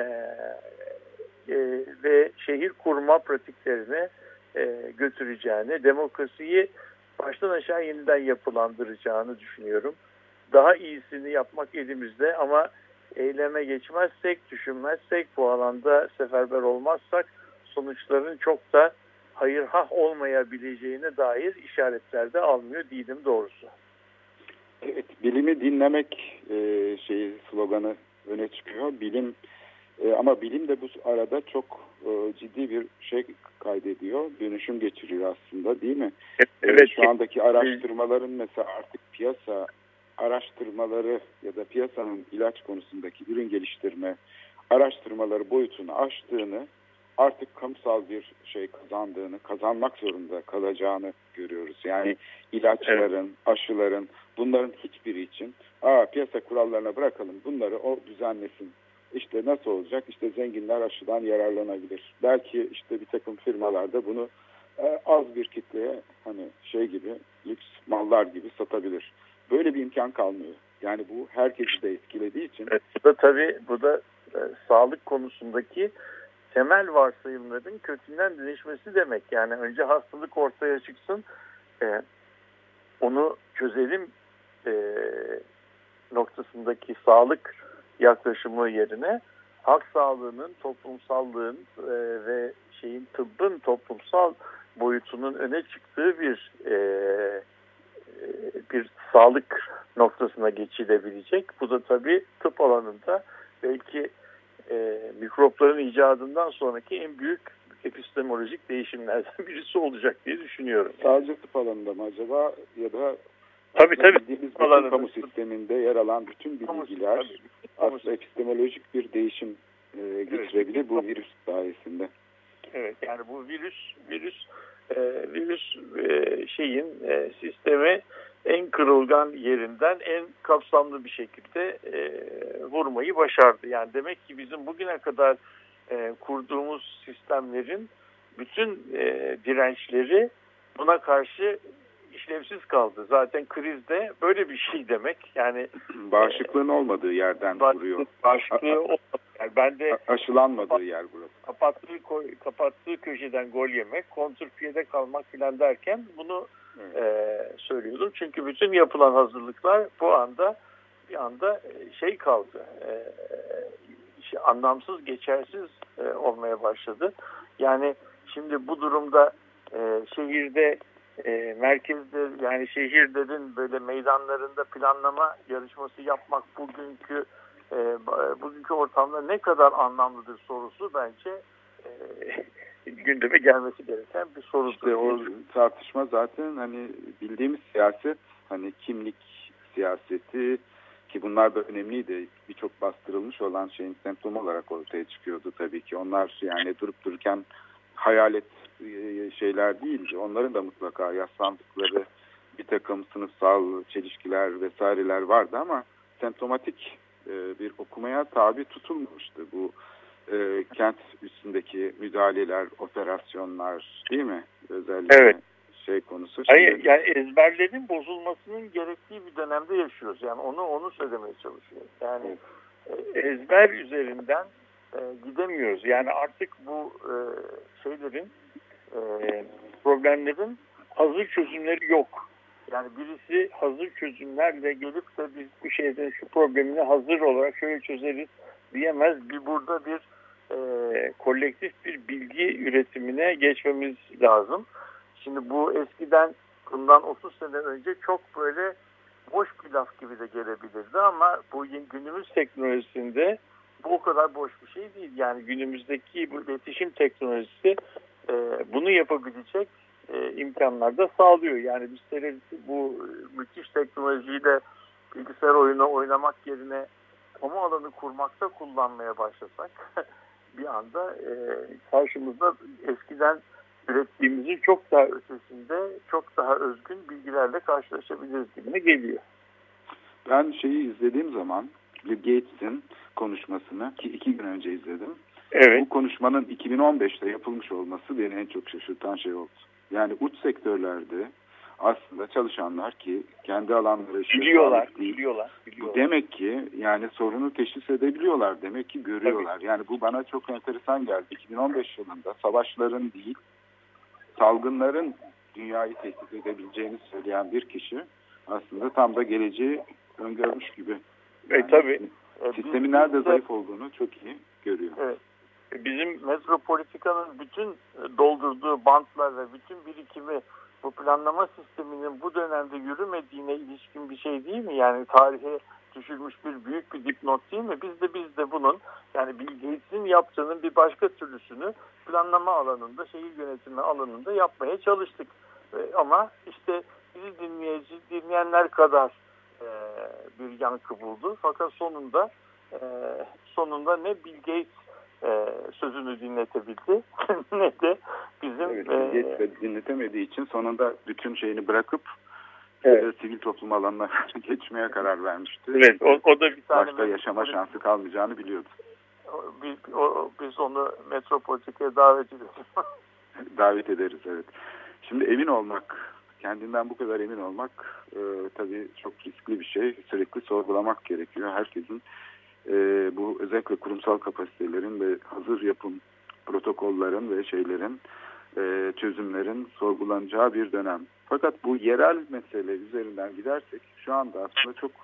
e, ve şehir kurma pratiklerine e, götüreceğini, demokrasiyi baştan aşağı yeniden yapılandıracağını düşünüyorum. Daha iyisini yapmak elimizde ama eyleme geçmezsek, düşünmezsek, bu alanda seferber olmazsak sonuçların çok da hayırhah olmayabileceğine dair işaretler de almıyor değilim doğrusu. Evet, bilimi dinlemek e, şeyi sloganı öne çıkıyor. Bilim e, ama bilim de bu arada çok e, ciddi bir şey kaydediyor. Dönüşüm geçiriyor aslında, değil mi? Evet. E, şu andaki araştırmaların mesela artık piyasa araştırmaları ya da piyasanın ilaç konusundaki ürün geliştirme araştırmaları boyutunu aştığını, artık kamusal bir şey kazandığını, kazanmak zorunda kalacağını görüyoruz. Yani ilaçların, evet, aşıların, bunların hiçbiri için aa piyasa kurallarına bırakalım, bunları o düzenlesin. İşte nasıl olacak? İşte zenginler aşıdan yararlanabilir. Belki işte bir takım firmalarda bunu e, az bir kitleye hani şey gibi, lüks mallar gibi satabilir. Böyle bir imkan kalmıyor. Yani bu herkesi de etkilediği için. Evet, bu da tabii bu da e, sağlık konusundaki temel varsayımların kökünden değişmesi demek. Yani önce hastalık ortaya çıksın, e, onu çözelim e, noktasındaki sağlık yaklaşımı yerine halk sağlığının, toplumsallığın e, ve şeyin tıbbın toplumsal boyutunun öne çıktığı bir e, bir sağlık noktasına geçilebilecek. Bu da tabii tıp alanında belki e, mikropların icadından sonraki en büyük epistemolojik değişimlerden birisi olacak diye düşünüyorum. Sadece tıp alanında mı acaba, ya da tabii tabii bildiğimiz bütün kamu sisteminde yer alan bütün bilgiler tabii, aslında epistemolojik bir değişim e, getirebilir, evet, bu virüs sayesinde. Evet, yani bu virüs virüs e, virüs e, şeyin e, sistemi en kırılgan yerinden en kapsamlı bir şekilde e, vurmayı başardı. Yani demek ki bizim bugüne kadar e, kurduğumuz sistemlerin bütün e, dirençleri buna karşı işlevsiz kaldı. Zaten krizde böyle bir şey demek. Yani bağışıklığın e, olmadığı yerden vuruyor. Bağışıklığı olmadı. Yani ben de aşılanmadığı yer burası. Kapattığı kapattığı köşeden gol yemek, kontrpiyede kalmak filan derken bunu evet. e, söylüyordum. Çünkü bütün yapılan hazırlıklar bu anda bir anda şey kaldı. E, şey, anlamsız, geçersiz e, olmaya başladı. Yani şimdi bu durumda e, şehirde E, merkezde, yani şehirlerin böyle meydanlarında planlama yarışması yapmak bugünkü e, bugünkü ortamda ne kadar anlamlıdır sorusu bence e, gündeme gelmesi gereken bir sorudur. İşte o tartışma zaten hani bildiğimiz siyaset, hani kimlik siyaseti, ki bunlar da önemliydi. Birçok bastırılmış olan şeyin semptomu olarak ortaya çıkıyordu tabii ki. Onlar yani durup dururken hayalet şeyler değildi. Onların da mutlaka yaslandıkları bir takım sınıfsal çelişkiler vesaireler vardı ama semptomatik bir okumaya tabi tutulmamıştı. Bu e, kent üstündeki müdahaleler, operasyonlar, değil mi? Özellikle evet. şey konusu. Şimdi... Hayır, yani ezberlerin bozulmasının gerektiği bir dönemde yaşıyoruz. Yani onu onu söylemeye çalışıyoruz. Yani evet. ezber üzerinden e, gidemiyoruz. Yani artık bu e, şeylerin e, problemlerin hazır çözümleri yok. Yani birisi hazır çözümlerle gelip de biz bu şeyden şu problemini hazır olarak şöyle çözeriz diyemez. Bir burada bir e, kolektif bir bilgi üretimine geçmemiz lazım. Şimdi bu eskiden bundan otuz sene önce çok böyle boş bir laf gibi de gelebilirdi ama bu günümüz teknolojisinde bu o kadar boş bir şey değil. Yani günümüzdeki bu iletişim teknolojisi e, bunu yapabilecek e, imkanlar da sağlıyor. Yani biz bu müthiş teknolojiyle bilgisayar oyunu oynamak yerine kamu alanı kurmakta kullanmaya başlasak bir anda e, karşımızda eskiden ürettiğimizin çok daha ötesinde, çok daha özgün bilgilerle karşılaşabiliriz gibi geliyor. Ben şeyi izlediğim zaman Bill Gates'in konuşmasını, ki iki gün önce izledim. Evet. Bu konuşmanın iki bin on beşte yapılmış olması beni en çok şaşırtan şey oldu. Yani uç sektörlerde aslında çalışanlar ki kendi alanları işte biliyorlar, değil, biliyorlar, biliyorlar. Demek ki yani sorunu teşhis edebiliyorlar, demek ki görüyorlar. Tabii. Yani bu bana çok enteresan geldi. iki bin on beş yılında savaşların değil, salgınların dünyayı tehdit edebileceğini söyleyen bir kişi aslında tam da geleceği öngörmüş gibi. Yani e tabii. Sistemin nerede zayıf olduğunu çok iyi görüyor. Evet. Bizim metropolitikanın bütün doldurduğu bantlar ve bütün birikimi bu planlama sisteminin bu dönemde yürümediğine ilişkin bir şey değil mi? Yani tarihe düşülmüş bir büyük bir dipnot değil mi? Biz de biz de bunun yani Bill Gates'in yaptığının bir başka türlüsünü planlama alanında, şehir yönetimi alanında yapmaya çalıştık. Ee, ama işte bizi dinleyici, dinleyenler kadar e, bir yankı buldu. Fakat sonunda e, sonunda ne Bill Gates e, sözünü dinletebildi ne de bizim evet, e, Bill Gates dinletemediği için sonunda bütün şeyini bırakıp evet. e, sivil toplum alanına geçmeye karar vermişti. Evet, o, o da bir tane başka yaşama şansı kalmayacağını biliyordu. O, bir, o, biz onu metropolitikaya davet ediyoruz. Davet ederiz, evet. Şimdi emin olmak, kendinden bu kadar emin olmak e, tabii çok riskli bir şey. Sürekli sorgulamak gerekiyor. Herkesin e, bu özellikle kurumsal kapasitelerin ve hazır yapım protokollerin ve şeylerin, e, çözümlerin sorgulanacağı bir dönem. Fakat bu yerel mesele üzerinden gidersek şu anda aslında çok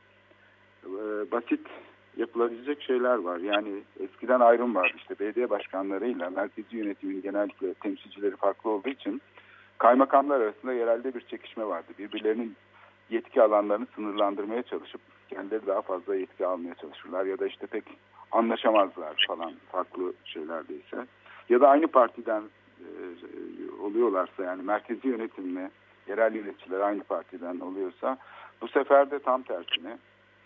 e, basit yapılabilecek şeyler var. Yani eskiden ayrım vardı. İşte belediye başkanlarıyla merkezi yönetimin genellikle temsilcileri farklı olduğu için kaymakamlar arasında yerelde bir çekişme vardı. Birbirlerinin yetki alanlarını sınırlandırmaya çalışıp kendileri daha fazla yetki almaya çalışırlar ya da işte pek anlaşamazlar falan farklı şeylerdeyse. Ya da aynı partiden e, oluyorlarsa yani merkezi yönetimle yerel yöneticiler aynı partiden oluyorsa bu sefer de tam tersine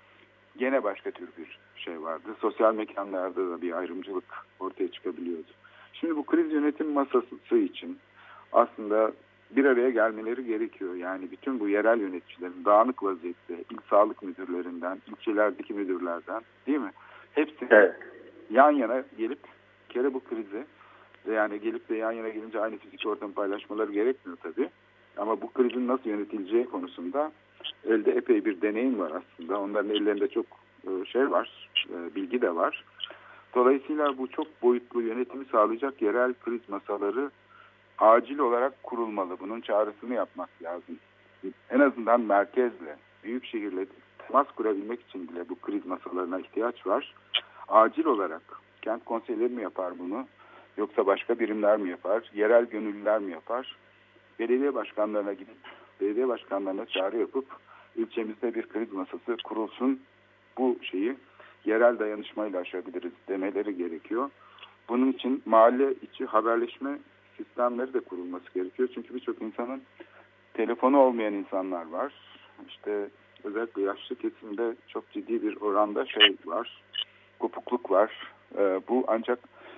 gene başka tür bir şey vardı. Sosyal mekanlarda da bir ayrımcılık ortaya çıkabiliyordu. Şimdi bu kriz yönetim masası için aslında bir araya gelmeleri gerekiyor. Yani bütün bu yerel yöneticilerin dağınık vaziyette il sağlık müdürlerinden, ilçelerdeki müdürlerden değil mi? Hepsi evet. yan yana gelip kere bu krizi ve yani gelip de yan yana gelince aynı fizik ortamı paylaşmaları gerekmiyor tabii. Ama bu krizin nasıl yönetileceği konusunda elde epey bir deneyim var aslında. Onların ellerinde çok şey var, bilgi de var. Dolayısıyla bu çok boyutlu yönetimi sağlayacak yerel kriz masaları acil olarak kurulmalı. Bunun çağrısını yapmak lazım. En azından merkezle, büyük şehirle temas kurabilmek için bile bu kriz masalarına ihtiyaç var. Acil olarak kent konseyleri mi yapar bunu? Yoksa başka birimler mi yapar? Yerel gönüllüler mi yapar? Belediye başkanlarına gidip, belediye başkanlarına çağrı yapıp ilçemizde bir kriz masası kurulsun. Bu şeyi yerel dayanışmayla aşabiliriz demeleri gerekiyor. Bunun için mahalle içi haberleşme sistemleri de kurulması gerekiyor. Çünkü birçok insanın telefonu olmayan insanlar var. İşte özellikle yaşlı kesimde çok ciddi bir oranda şey var, kopukluk var. Ee, bu ancak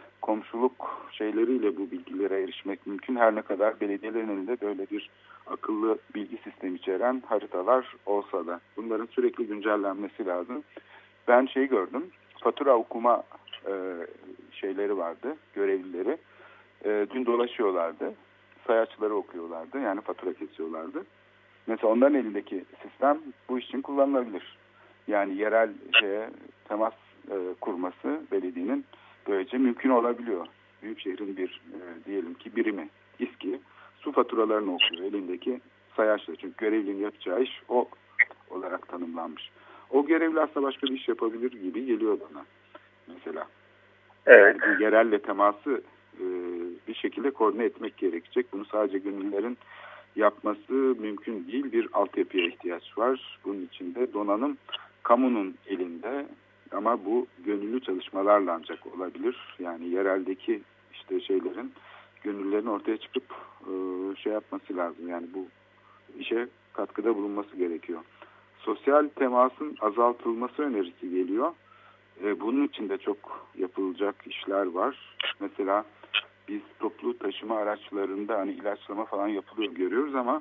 komşuluk şeyleriyle bu bilgilere erişmek mümkün. Her ne kadar belediyelerin elinde böyle bir akıllı bilgi sistemi içeren haritalar olsa da. Bunların sürekli güncellenmesi lazım. Ben şey gördüm, fatura okuma e, şeyleri vardı, görevlileri. E, dün dolaşıyorlardı, sayaçları okuyorlardı, yani fatura kesiyorlardı. Mesela onların elindeki sistem bu iş için kullanılabilir. Yani yerel şeye temas e, kurması belediyenin böylece mümkün olabiliyor. Büyükşehir'in bir e, diyelim ki birimi, İSKİ, su faturalarını okuyor elindeki sayaçla. Çünkü görevlinin yapacağı iş o olarak tanımlanmış. O görevli aslında başka bir iş yapabilir gibi geliyor bana mesela. Evet. Yani yerelle teması e, bir şekilde koordine etmek gerekecek. Bunu sadece gönüllülerin yapması mümkün değil. Bir altyapıya ihtiyaç var. Bunun için de donanım kamunun elinde ama bu gönüllü çalışmalarla ancak olabilir. Yani yereldeki işte şeylerin gönüllülerin ortaya çıkıp e, şey yapması lazım. Yani bu işe katkıda bulunması gerekiyor. Sosyal temasın azaltılması önerisi geliyor. E, bunun için de çok yapılacak işler var. Mesela biz toplu taşıma araçlarında hani ilaçlama falan yapılıyor görüyoruz ama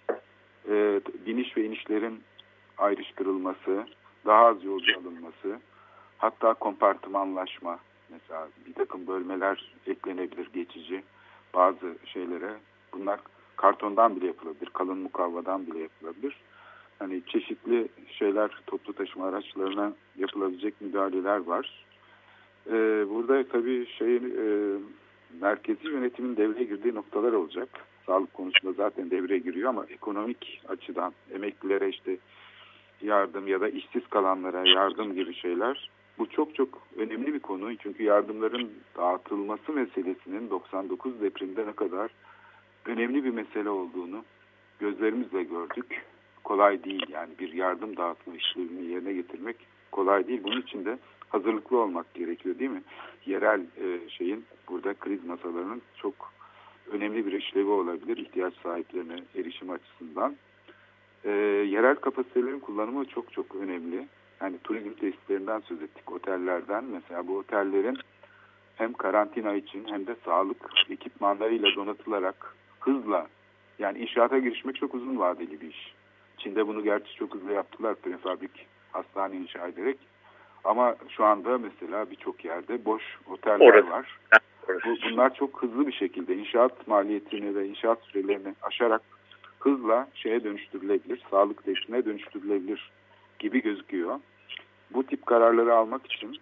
e, biniş ve inişlerin ayrıştırılması, daha az yolcu alınması, hatta kompartımanlaşma, mesela bir takım bölmeler eklenebilir geçici bazı şeylere. Bunlar kartondan bile yapılabilir, kalın mukavvadan bile yapılabilir. Hani çeşitli şeyler, toplu taşıma araçlarına yapılabilecek müdahaleler var. Ee, burada tabii şeyin e, merkezi yönetimin devreye girdiği noktalar olacak. Sağlık konusunda zaten devreye giriyor ama ekonomik açıdan emeklilere işte yardım ya da işsiz kalanlara yardım gibi şeyler. Bu çok çok önemli bir konu. Çünkü yardımların dağıtılması meselesinin doksan dokuz depreminde ne kadar önemli bir mesele olduğunu gözlerimizle gördük. Kolay değil yani bir yardım dağıtma işlemini yerine getirmek kolay değil. Bunun için de hazırlıklı olmak gerekiyor değil mi? Yerel e, şeyin burada kriz masalarının çok önemli bir işlevi olabilir ihtiyaç sahiplerine erişim açısından. E, yerel kapasitelerin kullanımı çok çok önemli. Yani turizm tesislerinden söz ettik, otellerden. Mesela bu otellerin hem karantina için hem de sağlık ekipmanlarıyla donatılarak hızla, yani inşaata girişmek çok uzun vadeli bir iş. Çin'de bunu gerçi çok hızlı yaptılar, prefabrik hastane inşa ederek. Ama şu anda mesela birçok yerde boş oteller Orası. var. Bu, bunlar çok hızlı bir şekilde inşaat maliyetini ve inşaat sürelerini aşarak hızla şeye dönüştürülebilir, sağlık tesisine dönüştürülebilir gibi gözüküyor. Bu tip kararları almak için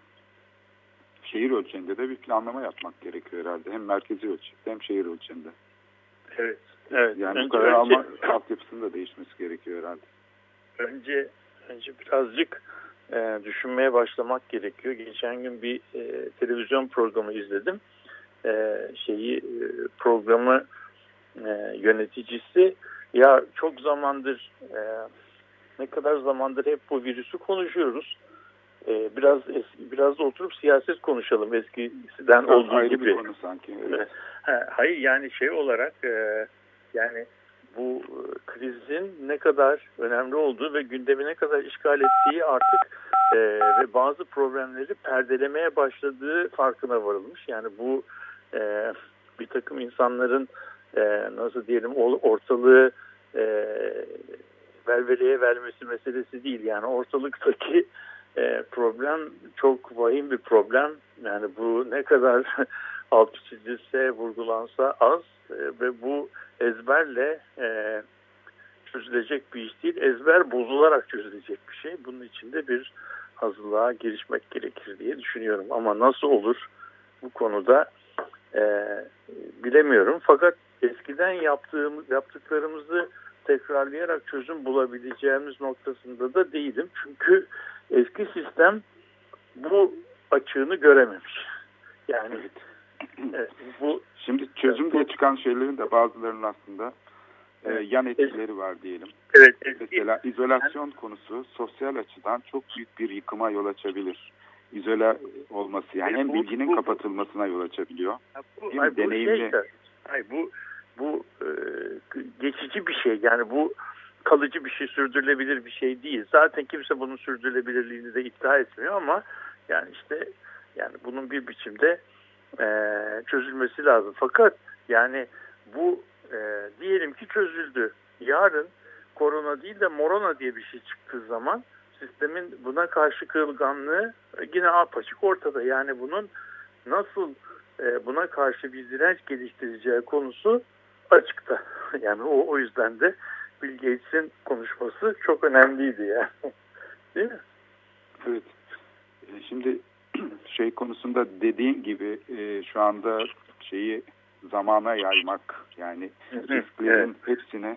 şehir ölçeğinde de bir planlama yapmak gerekiyor herhalde. Hem merkezi ölçekte hem şehir ölçeğinde. Evet. Evet. Yani önce, bu karar önce, alma altyapısının da değişmesi gerekiyor herhalde. Önce önce birazcık e, düşünmeye başlamak gerekiyor. Geçen gün bir e, televizyon programı izledim. E, şeyi e, programı e, yöneticisi ya çok zamandır e, ne kadar zamandır hep bu virüsü konuşuyoruz. Ee, biraz eski, biraz da oturup siyaset konuşalım eskiden Çok olduğu ayrı gibi. Bir konu sanki. Evet. Ha, hayır yani şey olarak e, yani bu krizin ne kadar önemli olduğu ve gündemi ne kadar işgal ettiği artık e, ve bazı problemleri perdelemeye başladığı farkına varılmış. Yani bu e, bir takım insanların e, nasıl diyelim ortalığı e, velveleye vermesi meselesi değil. Yani ortalıktaki e, problem çok vahim bir problem. Yani bu ne kadar altı çizilse, vurgulansa az e, ve bu ezberle e, çözülecek bir iş değil. Ezber bozularak çözülecek bir şey. Bunun için de bir hazırlığa girişmek gerekir diye düşünüyorum. Ama nasıl olur bu konuda e, bilemiyorum. Fakat eskiden yaptığımız yaptıklarımızı tekrarlayarak çözüm bulabileceğimiz noktasında da değilim. Çünkü eski sistem bu açığını görememiş. Yani evet, bu şimdi çözüm evet, diye çıkan şeylerin de bazılarının aslında e, yan etkileri var diyelim. Evet, mesela eski, izolasyon yani, konusu sosyal açıdan çok büyük bir yıkıma yol açabilir. İzole olması yani hem bilginin bu, kapatılmasına yol açabiliyor. Bu, Değil mi? bu Deneyimli. Şey de, hayır, bu bu e, geçici bir şey. Yani bu kalıcı bir şey, sürdürülebilir bir şey değil. Zaten kimse bunun sürdürülebilirliğini de iddia etmiyor ama yani işte yani bunun bir biçimde e, çözülmesi lazım. Fakat yani bu e, diyelim ki çözüldü. Yarın korona değil de morona diye bir şey çıktığı zaman sistemin buna karşı kırılganlığı yine apaçık ortada. Yani bunun nasıl e, buna karşı bir direnç geliştireceği konusu açıkta. Yani o, o yüzden de Bill Gates'in konuşması çok önemliydi yani. Değil mi? Evet. Şimdi şey konusunda dediğin gibi e, şu anda şeyi zamana yaymak yani risklerin evet. hepsini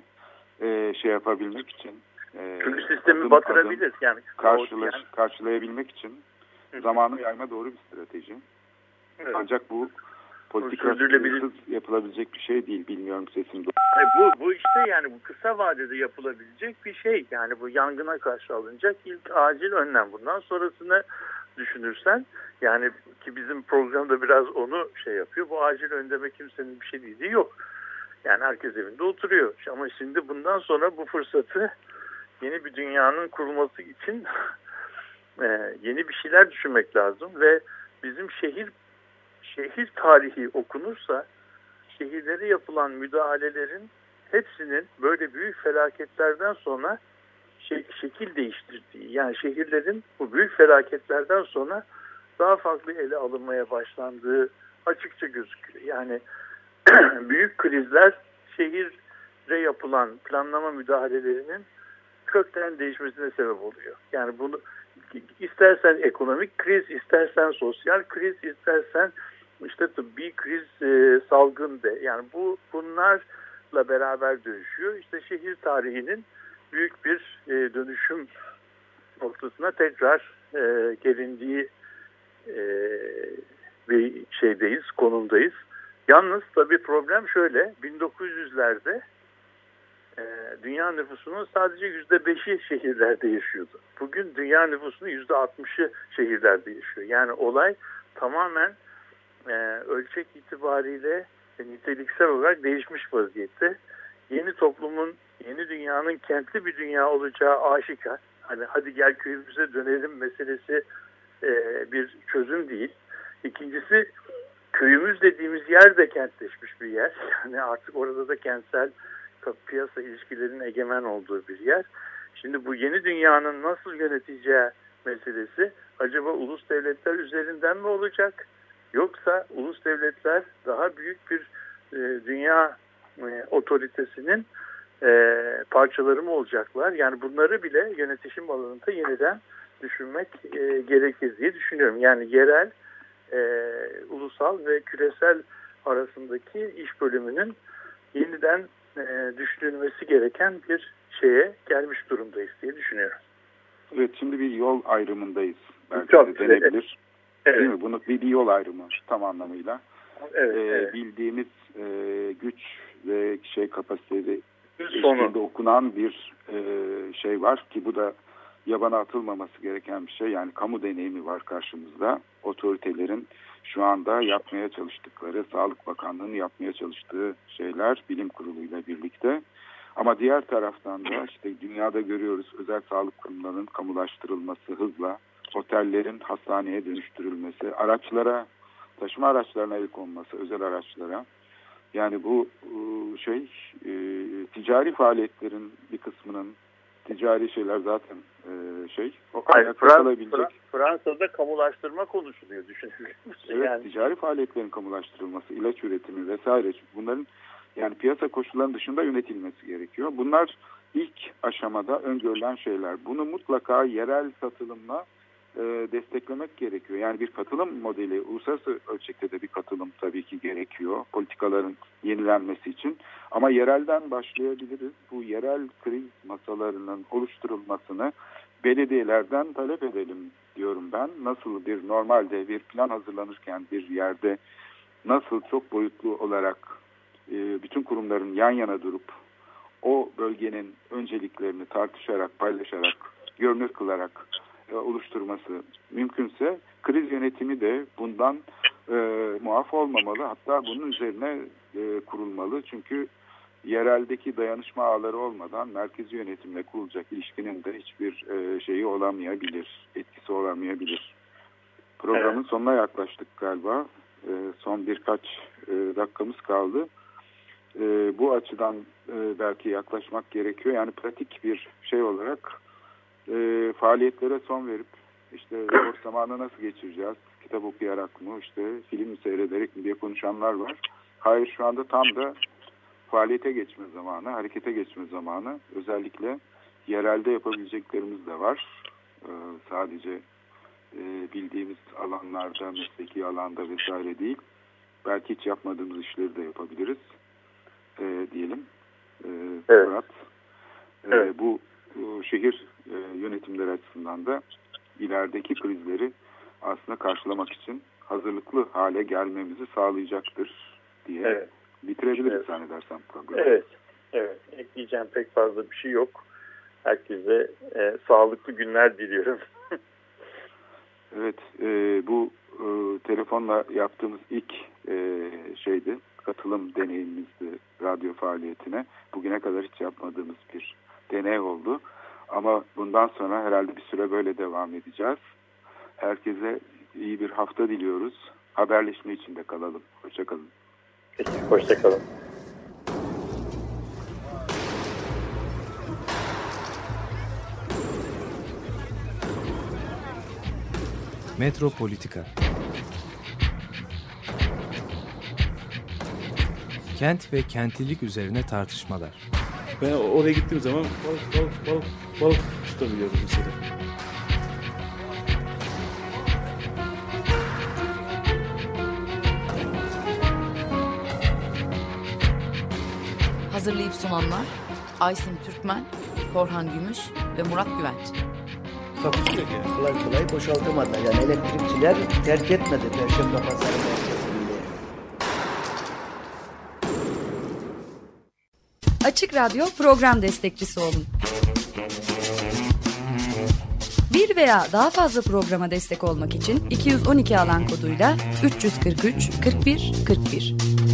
e, şey yapabilmek için e, çünkü sistemi adım, batırabilir adım yani karşılaş, yani. karşılayabilmek için zamanı yayma doğru bir strateji. Evet. Ancak bu politikasız yapılabilecek bir şey değil. Bilmiyorum sesim. Bu bu işte yani bu kısa vadede yapılabilecek bir şey. Yani bu yangına karşı alınacak ilk acil önlem. Bundan sonrasını düşünürsen yani ki bizim programda biraz onu şey yapıyor. Bu acil önleme kimsenin bir şey dediği yok. Yani herkes evinde oturuyor. Ama şimdi bundan sonra bu fırsatı yeni bir dünyanın kurulması için e, yeni bir şeyler düşünmek lazım ve bizim şehir şehir tarihi okunursa şehirlere yapılan müdahalelerin hepsinin böyle büyük felaketlerden sonra şey, şekil değiştirdiği, yani şehirlerin bu büyük felaketlerden sonra daha farklı ele alınmaya başlandığı açıkça gözüküyor. Yani büyük krizler şehire yapılan planlama müdahalelerinin kökten değişmesine sebep oluyor. Yani bunu istersen ekonomik kriz, istersen sosyal kriz, istersen işte tıbbi kriz, e, salgın de. Yani bu bunlarla beraber dönüşüyor. İşte şehir tarihinin büyük bir e, dönüşüm noktasına tekrar e, gelindiği e, bir şeydeyiz, konumdayız. Yalnız tabii problem şöyle, bin dokuz yüzlerde e, dünya nüfusunun sadece yüzde beşi şehirlerde yaşıyordu. Bugün dünya nüfusunun yüzde altmışı şehirlerde yaşıyor. Yani olay tamamen e, ölçek itibariyle e, niteliksel olarak değişmiş vaziyette. Yeni toplumun, yeni dünyanın kentli bir dünya olacağı aşikar. Hani hadi gel köyümüze dönelim meselesi e, bir çözüm değil. İkincisi, köyümüz dediğimiz yer de kentleşmiş bir yer. Yani artık orada da kentsel piyasa ilişkilerinin egemen olduğu bir yer. Şimdi bu yeni dünyanın nasıl yöneteceği meselesi acaba ulus devletler üzerinden mi olacak? Yoksa ulus devletler daha büyük bir e, dünya e, otoritesinin e, parçaları mı olacaklar? Yani bunları bile yönetişim alanında yeniden düşünmek e, gerekir diye düşünüyorum. Yani yerel, e, ulusal ve küresel arasındaki iş bölümünün yeniden e, düşünülmesi gereken bir şeye gelmiş durumdayız diye düşünüyorum. Evet, şimdi bir yol ayrımındayız. Belki Çok de denebilir. Evet. Değil mi? Bunu bir, bir yol ayrımı tam anlamıyla. Evet, ee, evet. Bildiğimiz e, güç ve şey kapasiteli Sonu. eşliğinde okunan bir e, şey var ki bu da yabana atılmaması gereken bir şey. Yani kamu deneyimi var karşımızda. Otoritelerin şu anda yapmaya çalıştıkları, Sağlık Bakanlığı'nın yapmaya çalıştığı şeyler bilim kuruluyla birlikte. Ama diğer taraftan da işte dünyada görüyoruz özel sağlık kurumlarının kamulaştırılması hızla, otellerin hastaneye dönüştürülmesi, araçlara, taşıma araçlarına el konması, özel araçlara. Yani bu şey ticari faaliyetlerin bir kısmının, ticari şeyler zaten şey o Hayır, Frans, Fransa'da kamulaştırma konuşuluyor, düşünülüyor. Evet, yani. ticari faaliyetlerin kamulaştırılması, ilaç üretimi vesaire, bunların yani piyasa koşullarının dışında yönetilmesi gerekiyor. Bunlar ilk aşamada öngörülen şeyler. Bunu mutlaka yerel katılımla e, desteklemek gerekiyor. Yani bir katılım modeli, uluslararası ölçekte de bir katılım tabii ki gerekiyor politikaların yenilenmesi için. Ama yerelden başlayabiliriz. Bu yerel kriz masalarının oluşturulmasını belediyelerden talep edelim diyorum ben. Nasıl bir normalde bir plan hazırlanırken bir yerde nasıl çok boyutlu olarak e, bütün kurumların yan yana durup o bölgenin önceliklerini tartışarak, paylaşarak, görünür kılarak e, oluşturması mümkünse kriz yönetimi de bundan e, muaf olmamalı. Hatta bunun üzerine e, kurulmalı. Çünkü yereldeki dayanışma ağları olmadan merkezi yönetimle kurulacak ilişkinin de hiçbir e, şeyi olamayabilir, etkisi olamayabilir. Programın evet. sonuna yaklaştık galiba. E, son birkaç e, dakikamız kaldı. E, bu açıdan e, belki yaklaşmak gerekiyor. Yani pratik bir şey olarak e, faaliyetlere son verip işte boş zamanı nasıl geçireceğiz? Kitap okuyarak mı, işte film mi seyrederek mi diye konuşanlar var. Hayır, şu anda tam da faaliyete geçme zamanı, harekete geçme zamanı. Özellikle yerelde yapabileceklerimiz de var. Ee, sadece e, bildiğimiz alanlarda, mesleki alanda vesaire değil. Belki hiç yapmadığımız işleri de yapabiliriz e, diyelim. E, evet. Murat, e, evet. bu e, şehir e, yönetimleri açısından da ilerideki krizleri aslında karşılamak için hazırlıklı hale gelmemizi sağlayacaktır diye evet. bitirebiliriz evet. zannedersem programı. Evet, evet. Ekleyeceğim pek fazla bir şey yok. Herkese e, sağlıklı günler diliyorum. Evet, e, bu e, telefonla yaptığımız ilk e, şeydi, katılım deneyimimizdi radyo faaliyetine. Bugüne kadar hiç yapmadığımız bir deney oldu. ama bundan sonra herhalde bir süre böyle devam edeceğiz. Herkese iyi bir hafta diliyoruz. Haberleşme içinde kalalım. Hoşça kalın. Peki, hoşça kalın. Metropolitika. Kent ve kentlilik üzerine tartışmalar. Ben oraya gittiğim zaman balık balık balık balık tutabiliyorum mesela. Hazırlayıp sunanlar Aysin Türkmen, Korhan Gümüş ve Murat Güvenç. Takusu yok yani. Kolay kolay boşaltamadılar. Yani elektrikçiler terk etmedi Perşembe Pazarı merkezinde. Açık Radyo program destekçisi olun. Bir veya daha fazla programa destek olmak için iki yüz on iki alan koduyla üç yüz kırk üç kırk bir kırk bir.